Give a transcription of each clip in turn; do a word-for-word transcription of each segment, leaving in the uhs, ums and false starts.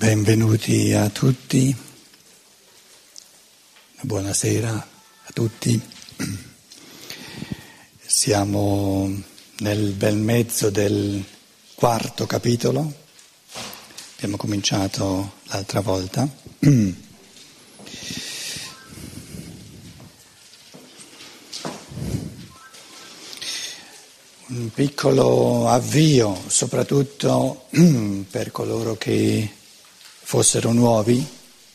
Benvenuti a tutti, buonasera a tutti. Siamo nel bel mezzo del quarto capitolo, abbiamo cominciato l'altra volta. Un piccolo avvio, soprattutto per coloro che fossero nuovi.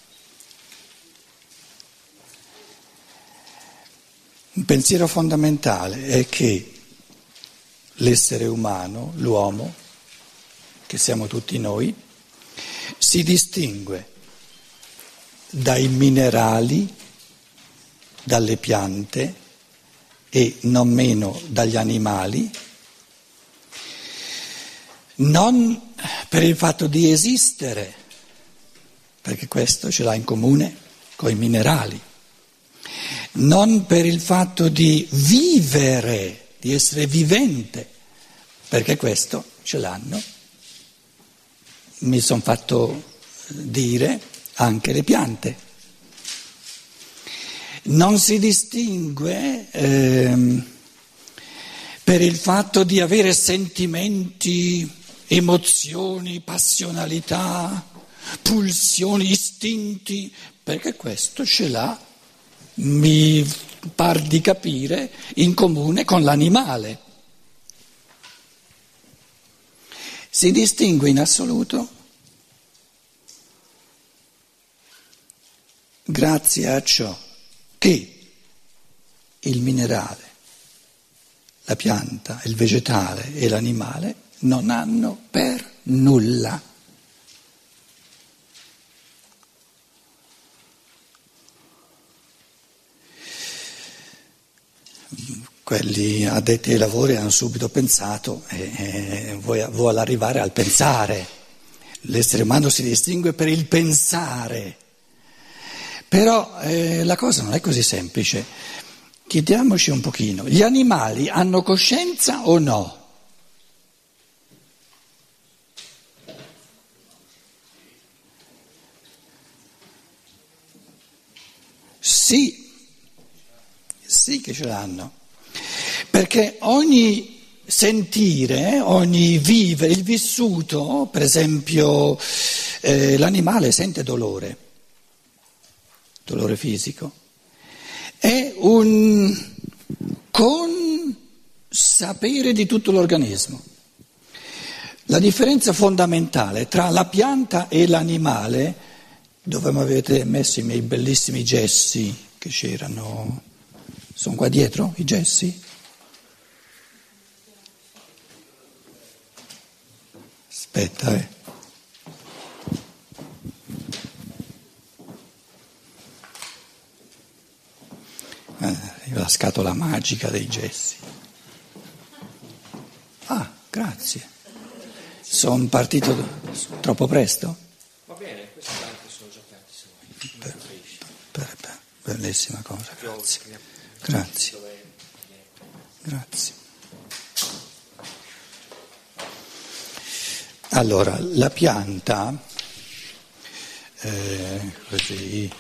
Un pensiero fondamentale è che l'essere umano, l'uomo, che siamo tutti noi, si distingue dai minerali, dalle piante e non meno dagli animali, non per il fatto di esistere, perché questo ce l'ha in comune con i minerali, non per il fatto di vivere, di essere vivente, perché questo ce l'hanno, mi sono fatto dire, anche le piante. Non si distingue ehm, per il fatto di avere sentimenti, emozioni, passionalità, pulsioni, istinti, perché questo ce l'ha, mi par di capire, in comune con l'animale. Si distingue in assoluto grazie a ciò che il minerale, la pianta, il vegetale e l'animale non hanno per nulla. Quelli addetti ai lavori hanno subito pensato, eh, vuole, vuole arrivare al pensare. L'essere umano si distingue per il pensare. Però eh, la cosa non è così semplice. Chiediamoci un pochino, gli animali hanno coscienza o no? Sì, sì che ce l'hanno. Perché ogni sentire, ogni vivere, il vissuto, per esempio eh, l'animale sente dolore, dolore fisico, è un consapere di tutto l'organismo. La differenza fondamentale tra la pianta e l'animale, dove mi avete messo i miei bellissimi gessi che c'erano, sono qua dietro i gessi? Aspetta, eh. eh. La scatola magica dei gessi. Ah, grazie. Sono partito troppo presto? Va bene, questi tanti sono già piatti se vuoi. Per, per, per, bellissima cosa, grazie. Grazie. Grazie. Allora, la pianta, eh, così,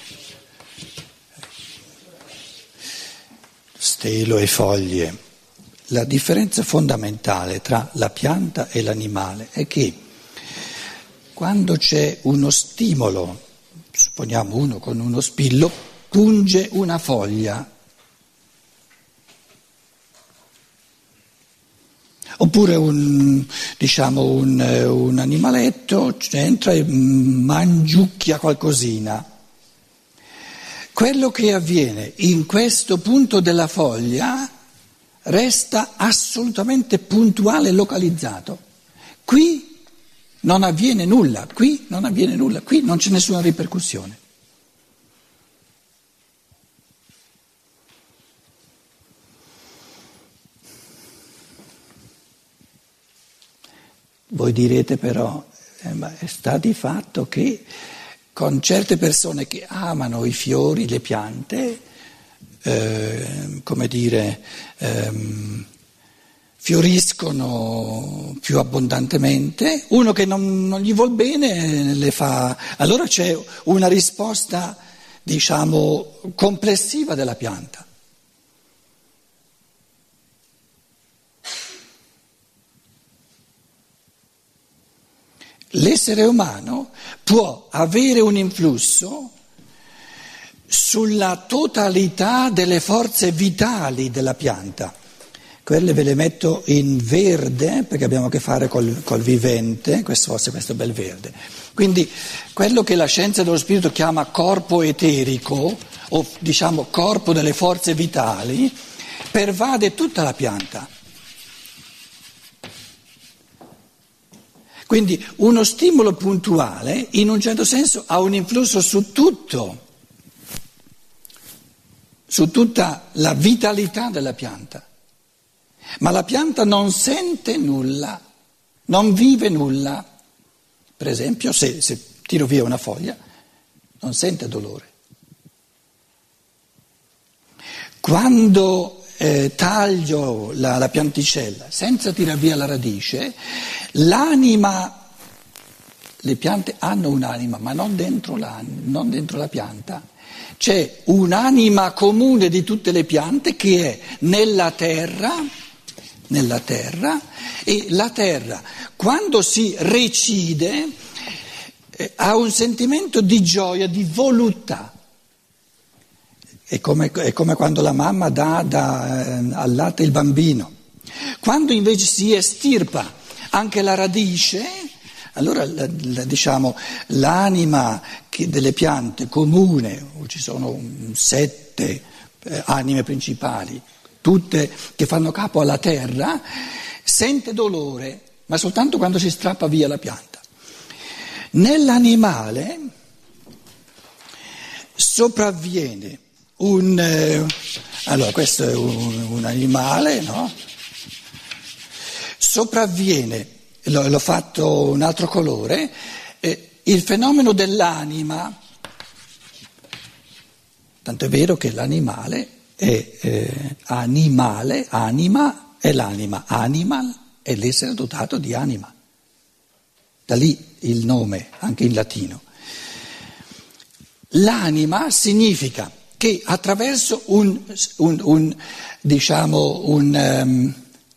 stelo e foglie, la differenza fondamentale tra la pianta e l'animale è che quando c'è uno stimolo, supponiamo uno con uno spillo, punge una foglia. Oppure un, diciamo un, un animaletto entra e mangiucchia qualcosina. Quello che avviene in questo punto della foglia resta assolutamente puntuale e localizzato. Qui non avviene nulla, qui non avviene nulla, qui non c'è nessuna ripercussione. Voi direte però, eh, ma sta di fatto che con certe persone che amano i fiori, le piante, eh, come dire, ehm, fioriscono più abbondantemente, uno che non, non gli vuol bene le fa. Allora c'è una risposta, diciamo, complessiva della pianta. L'essere umano può avere un influsso sulla totalità delle forze vitali della pianta. Quelle ve le metto in verde perché abbiamo a che fare col, col vivente, questo forse questo bel verde. Quindi quello che la scienza dello spirito chiama corpo eterico, o diciamo corpo delle forze vitali, pervade tutta la pianta. Quindi uno stimolo puntuale in un certo senso ha un influsso su tutto, su tutta la vitalità della pianta. Ma la pianta non sente nulla, non vive nulla. Per esempio, se, se tiro via una foglia, non sente dolore. Quando eh, taglio la, la pianticella senza tirar via la radice, l'anima, le piante hanno un'anima, ma non dentro, la, non dentro la pianta. C'è un'anima comune di tutte le piante che è nella terra, nella terra, e la terra, quando si recide, eh, ha un sentimento di gioia, di voluttà. È come, è come quando la mamma dà, dà eh, al latte il bambino. Quando invece si estirpa anche la radice, allora la, la, diciamo l'anima che delle piante comune, ci sono sette eh, anime principali, tutte che fanno capo alla terra, sente dolore, ma soltanto quando si strappa via la pianta. Nell'animale sopravviene un... Eh, allora questo è un, un animale, no? Sopravviene, l'ho, l'ho fatto un altro colore, eh, il fenomeno dell'anima, tanto è vero che l'animale è eh, animale, anima è l'anima, animal è l'essere dotato di anima, da lì il nome anche in latino. L'anima significa che attraverso un, un, un diciamo un, um,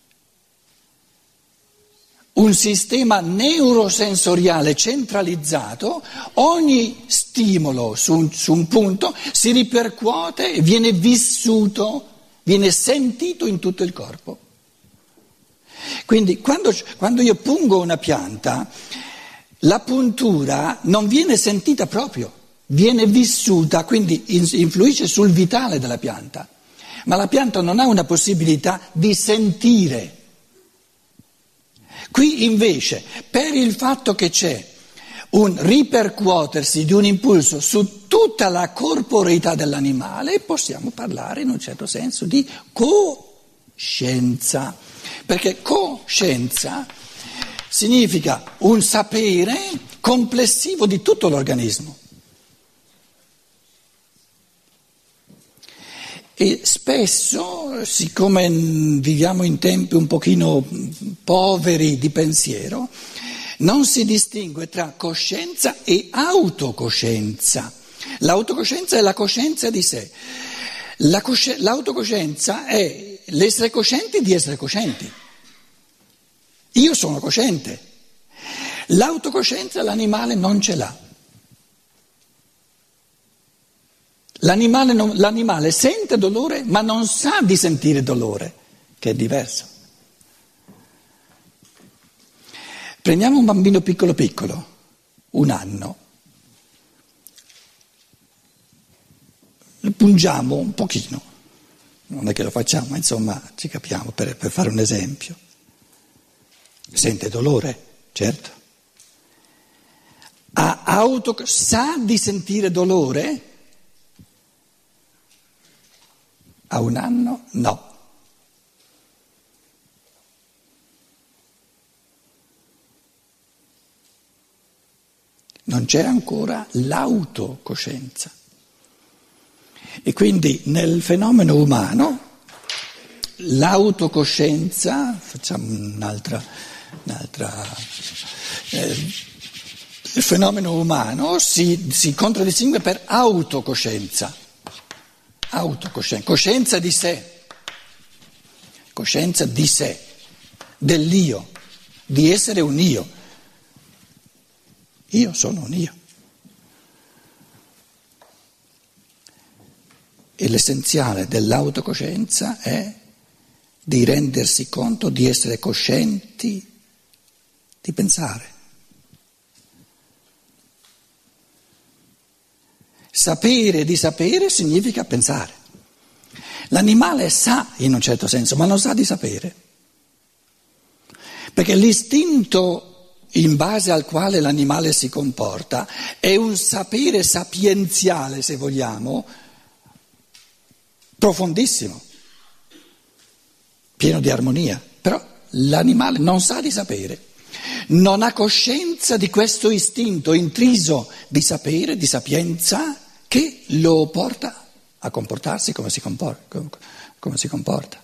un sistema neurosensoriale centralizzato, ogni stimolo su un, su un punto si ripercuote e viene vissuto, viene sentito in tutto il corpo. Quindi quando, quando io pungo una pianta, la puntura non viene sentita proprio, viene vissuta, quindi influisce sul vitale della pianta, ma la pianta non ha una possibilità di sentire. Qui invece, per il fatto che c'è un ripercuotersi di un impulso su tutta la corporeità dell'animale, possiamo parlare in un certo senso di coscienza, perché coscienza significa un sapere complessivo di tutto l'organismo. E spesso, siccome viviamo in tempi un pochino poveri di pensiero, non si distingue tra coscienza e autocoscienza. L'autocoscienza è la coscienza di sé. La cosci- l'autocoscienza è l'essere coscienti di essere coscienti. Io sono cosciente. L'autocoscienza l'animale non ce l'ha. L'animale, non, l'animale sente dolore ma non sa di sentire dolore, che è diverso. Prendiamo un bambino piccolo piccolo, un anno, lo pungiamo un pochino, non è che lo facciamo, ma insomma ci capiamo per, per fare un esempio. Sente dolore, certo. Ha auto, sa di sentire dolore? A un anno? No. Non c'è ancora l'autocoscienza. E quindi nel fenomeno umano l'autocoscienza, facciamo un'altra, un'altra eh, il fenomeno umano si, si contraddistingue per autocoscienza, autocoscienza, coscienza di sé, coscienza di sé, dell'io, di essere un io. Io sono un io. E l'essenziale dell'autocoscienza è di rendersi conto di essere coscienti di pensare. Sapere di sapere significa pensare. L'animale sa in un certo senso, ma non sa di sapere. Perché l'istinto in base al quale l'animale si comporta è un sapere sapienziale, se vogliamo, profondissimo, pieno di armonia. Però l'animale non sa di sapere, non ha coscienza di questo istinto intriso di sapere, di sapienza, che lo porta a comportarsi come si comporta. Come si comporta.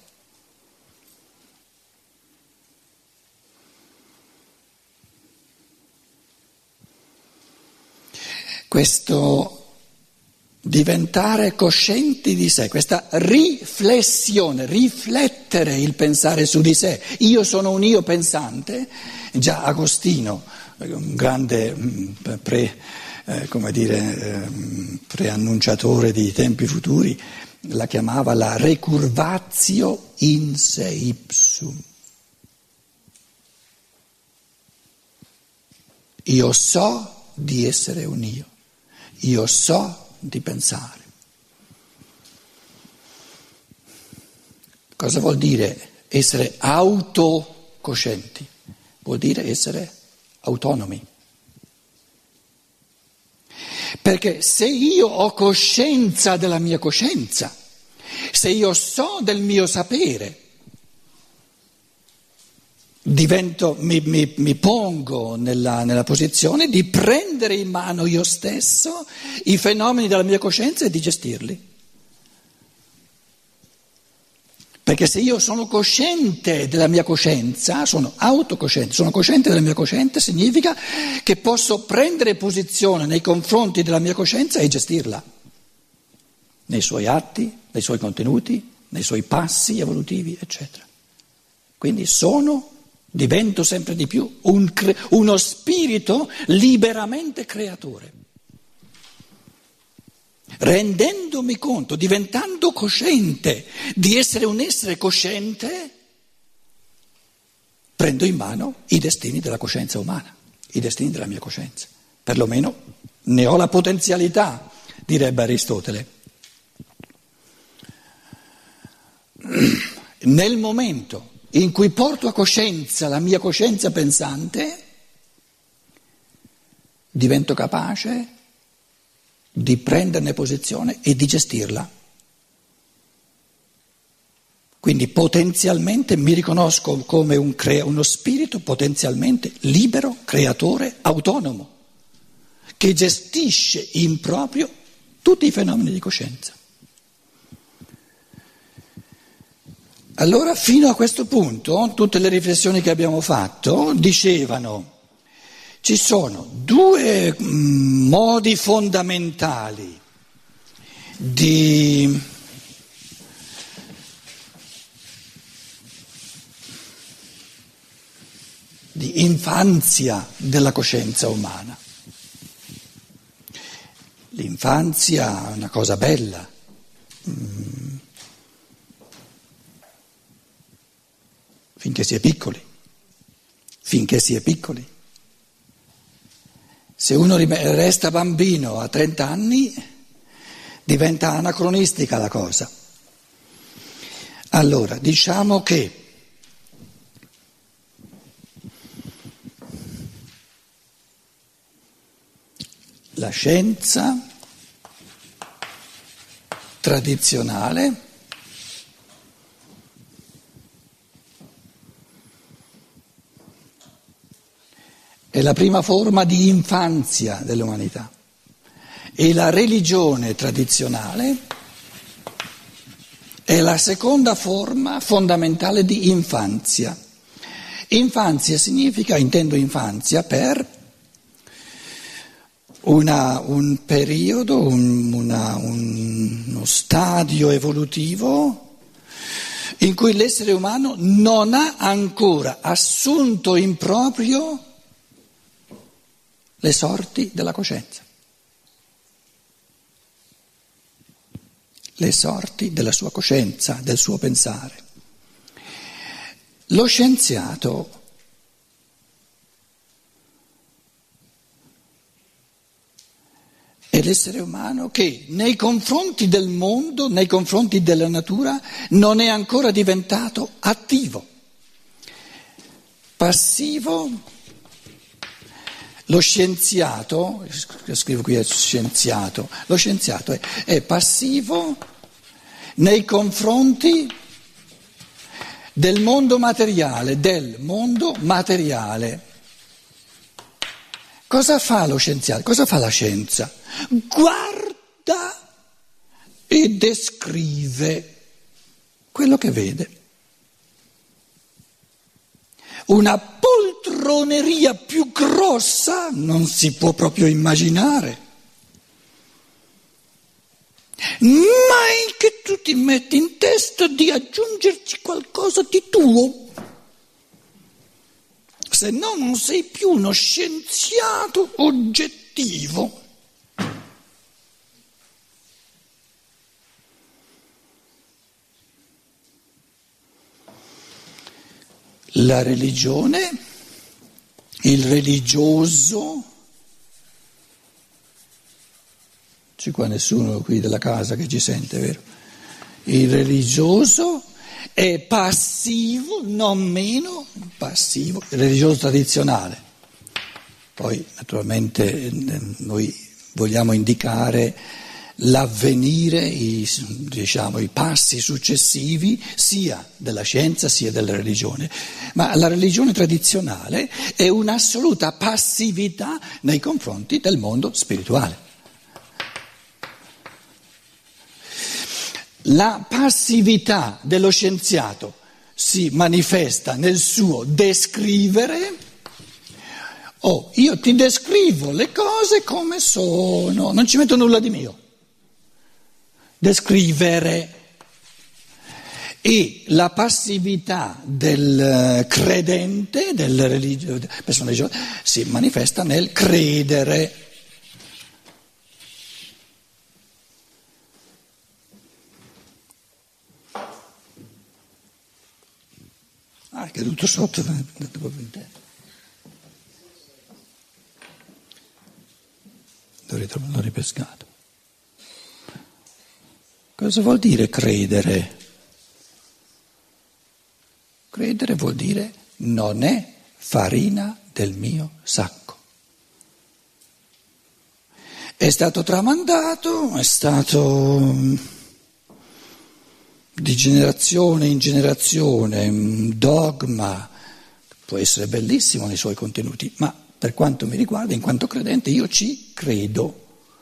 Questo diventare coscienti di sé, questa riflessione, riflettere il pensare su di sé. Io sono un io pensante, già Agostino, un grande pre, eh, come dire, eh, preannunciatore di tempi futuri, la chiamava la recurvatio in se ipsum. Io so di essere un io, io so di pensare. Cosa vuol dire essere autocoscienti? Vuol dire essere autonomi. Perché se io ho coscienza della mia coscienza, se io so del mio sapere, divento, mi, mi, mi pongo nella, nella posizione di prendere in mano io stesso i fenomeni della mia coscienza e di gestirli. Perché se io sono cosciente della mia coscienza, sono autocosciente, sono cosciente della mia coscienza, significa che posso prendere posizione nei confronti della mia coscienza e gestirla, nei suoi atti, nei suoi contenuti, nei suoi passi evolutivi, eccetera. Quindi sono... divento sempre di più un cre- uno spirito liberamente creatore. Rendendomi conto, diventando cosciente di essere un essere cosciente, prendo in mano i destini della coscienza umana, i destini della mia coscienza. Perlomeno ne ho la potenzialità, direbbe Aristotele. Nel momento in cui porto a coscienza la mia coscienza pensante, divento capace di prenderne posizione e di gestirla. Quindi potenzialmente mi riconosco come un crea- uno spirito potenzialmente libero, creatore, autonomo, che gestisce in proprio tutti i fenomeni di coscienza. Allora, fino a questo punto, tutte le riflessioni che abbiamo fatto dicevano ci sono due mh, modi fondamentali di, di infanzia della coscienza umana. L'infanzia è una cosa bella. Mh, Finché si è piccoli, finché si è piccoli. Se uno resta bambino a trenta anni, diventa anacronistica la cosa. Allora, diciamo che la scienza tradizionale è la prima forma di infanzia dell'umanità e la religione tradizionale è la seconda forma fondamentale di infanzia. Infanzia significa, intendo infanzia per una, un periodo, un, una, un, uno stadio evolutivo in cui l'essere umano non ha ancora assunto in proprio le sorti della coscienza, le sorti della sua coscienza, del suo pensare. Lo scienziato è l'essere umano che nei confronti del mondo, nei confronti della natura, non è ancora diventato attivo, passivo. Lo scienziato, scrivo qui scienziato, lo scienziato è, è passivo nei confronti del mondo materiale, del mondo materiale. Cosa fa lo scienziato? Cosa fa la scienza? Guarda e descrive quello che vede. Una poltroneria più grossa non si può proprio immaginare. Mai che tu ti metti in testa di aggiungerci qualcosa di tuo. Se no non sei più uno scienziato oggettivo. La religione, il religioso, c'è qua nessuno qui della casa che ci sente, vero? Il religioso è passivo, non meno passivo, il religioso tradizionale. Poi naturalmente noi vogliamo indicare l'avvenire, i, diciamo, i passi successivi sia della scienza sia della religione. Ma la religione tradizionale è un'assoluta passività nei confronti del mondo spirituale. La passività dello scienziato si manifesta nel suo descrivere. Oh, io ti descrivo le cose come sono, non ci metto nulla di mio. Descrivere. E la passività del credente, del religio, persona religiosa, si manifesta nel credere. Ah, è caduto sotto, l'ho ripescato. Cosa vuol dire credere? Credere vuol dire non è farina del mio sacco. È stato tramandato, è stato di generazione in generazione, un dogma, può essere bellissimo nei suoi contenuti, ma per quanto mi riguarda, in quanto credente, io ci credo.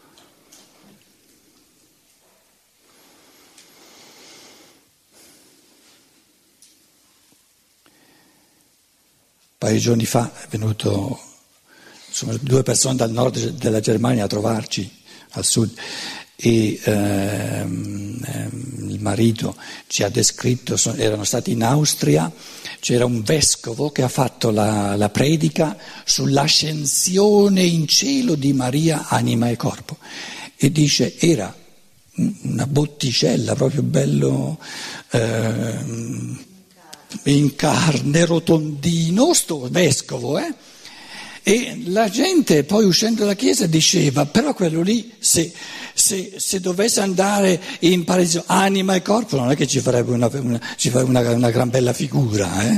Un paio di giorni fa è venuto, insomma, due persone dal nord della Germania a trovarci, al sud, e ehm, ehm, il marito ci ha descritto, sono, erano stati in Austria, c'era un vescovo che ha fatto la, la predica sull'ascensione in cielo di Maria, anima e corpo, e dice era una botticella proprio bello ehm, in carne, rotondino, sto vescovo, eh? E la gente poi uscendo dalla chiesa diceva, però quello lì, se, se, se dovesse andare in paradiso anima e corpo, non è che ci farebbe una, una, ci farebbe una, una gran bella figura, eh?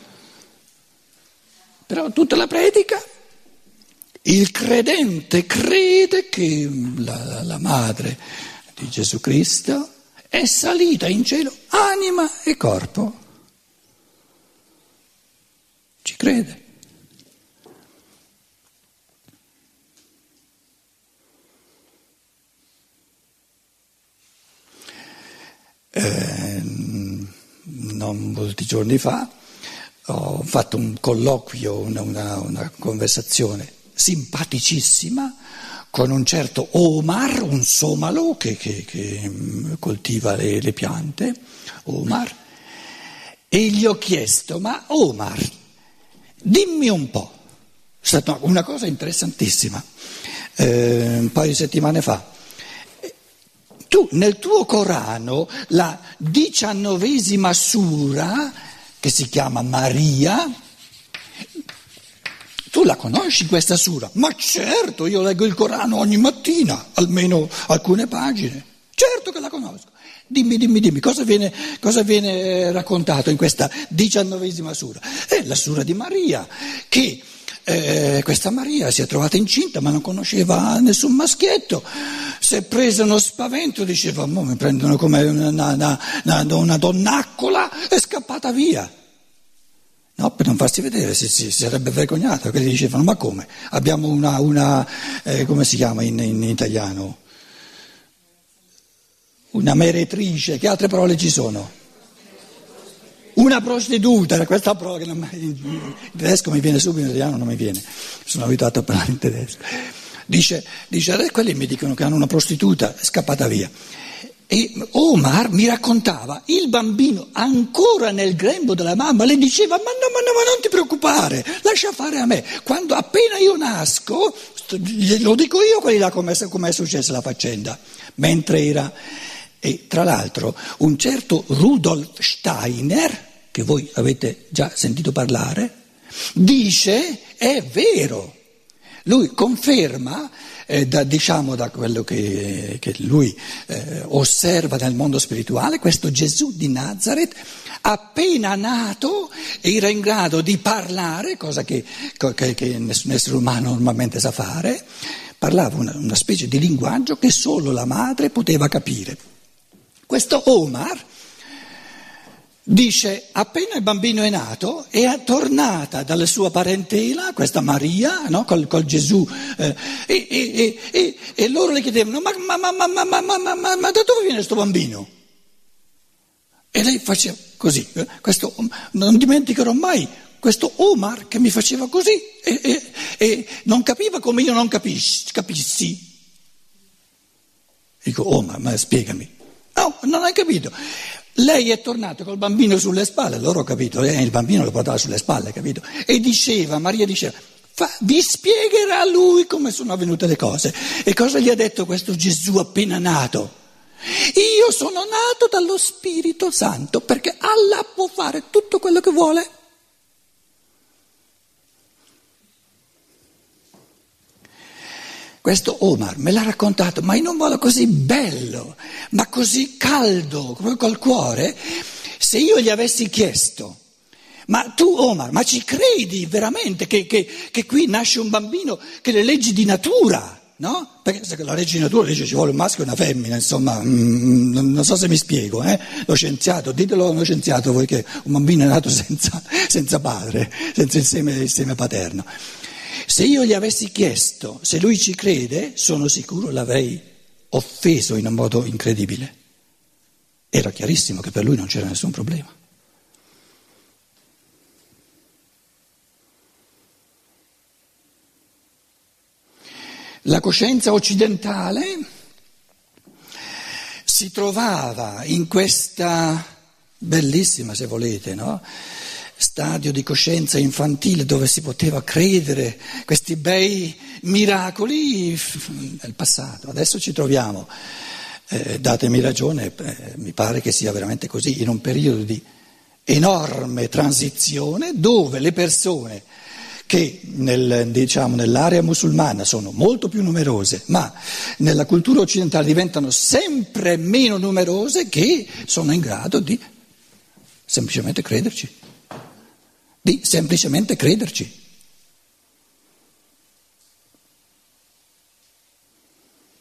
Però tutta la predica, il credente crede che la, la madre di Gesù Cristo è salita in cielo, anima e corpo. Ci crede. Eh, non molti giorni fa, ho fatto un colloquio, una, una, una conversazione simpaticissima con un certo Omar, un somalo che, che, che coltiva le, le piante, Omar, e gli ho chiesto, ma Omar, dimmi un po', è stata una cosa interessantissima, eh, un paio di settimane fa. Tu nel tuo Corano, la diciannovesima sura, che si chiama Maria, tu la conosci questa sura? Ma certo, io leggo il Corano ogni mattina, almeno alcune pagine, certo che la conosco. Dimmi, dimmi, dimmi, cosa viene, cosa viene raccontato in questa diciannovesima sura? È la sura di Maria, che... Eh, questa Maria si è trovata incinta ma non conosceva nessun maschietto, si è presa uno spavento, diceva mo mi prendono come una, una, una, una donnaccola, è scappata via, no, per non farsi vedere, si, si, si sarebbe vergognata, perché gli dicevano ma come, abbiamo una, una eh, come si chiama in, in italiano, una meretrice, che altre parole ci sono? Una prostituta, questa parola che non, in tedesco mi viene subito, in italiano non mi viene, sono abituato a parlare in tedesco. Dice, dice quelli mi dicono che hanno una prostituta, è scappata via. E Omar mi raccontava, il bambino ancora nel grembo della mamma le diceva ma no, ma no, ma non ti preoccupare, lascia fare a me. Quando appena io nasco, lo dico io quelli là come è successa la faccenda, mentre era... E tra l'altro un certo Rudolf Steiner, che voi avete già sentito parlare, dice è vero, lui conferma, eh, da, diciamo da quello che, che lui eh, osserva nel mondo spirituale, questo Gesù di Nazareth appena nato era in grado di parlare, cosa che, che, che nessun essere umano normalmente sa fare, parlava una, una specie di linguaggio che solo la madre poteva capire. Questo Omar dice, appena il bambino è nato, è tornata dalla sua parentela, questa Maria, no, col, col Gesù, eh, e, e, e, e loro le chiedevano, ma, ma, ma, ma, ma, ma, ma, ma, ma da dove viene questo bambino? E lei faceva così, eh, questo, non dimenticherò mai questo Omar che mi faceva così e, e, e non capiva come io non capissi, capissi. Dico, Omar, ma spiegami. No, non hai capito. Lei è tornata col bambino sulle spalle, loro ho capito, eh, il bambino lo portava sulle spalle, capito? E diceva, Maria diceva, fa, vi spiegherà lui come sono avvenute le cose. E cosa gli ha detto questo Gesù appena nato? Io sono nato dallo Spirito Santo perché Allah può fare tutto quello che vuole. Questo Omar me l'ha raccontato, ma in un modo così bello, ma così caldo, proprio col cuore. Se io gli avessi chiesto, ma tu Omar, ma ci credi veramente che, che, che qui nasce un bambino che le leggi di natura, no? Perché se la legge di natura dice ci vuole un maschio e una femmina, insomma, mm, non so se mi spiego, eh? Lo scienziato, ditelo a uno scienziato voi che un bambino è nato senza, senza padre, senza il seme, il seme paterno. Se io gli avessi chiesto se lui ci crede, sono sicuro l'avrei offeso in un modo incredibile. Era chiarissimo che per lui non c'era nessun problema. La coscienza occidentale si trovava in questa bellissima, se volete, no? Stadio di coscienza infantile dove si poteva credere questi bei miracoli nel passato. Adesso ci troviamo, eh, datemi ragione, eh, mi pare che sia veramente così, in un periodo di enorme transizione dove le persone che nel, diciamo, nell'area musulmana sono molto più numerose, ma nella cultura occidentale diventano sempre meno numerose, che sono in grado di semplicemente crederci. Di semplicemente crederci.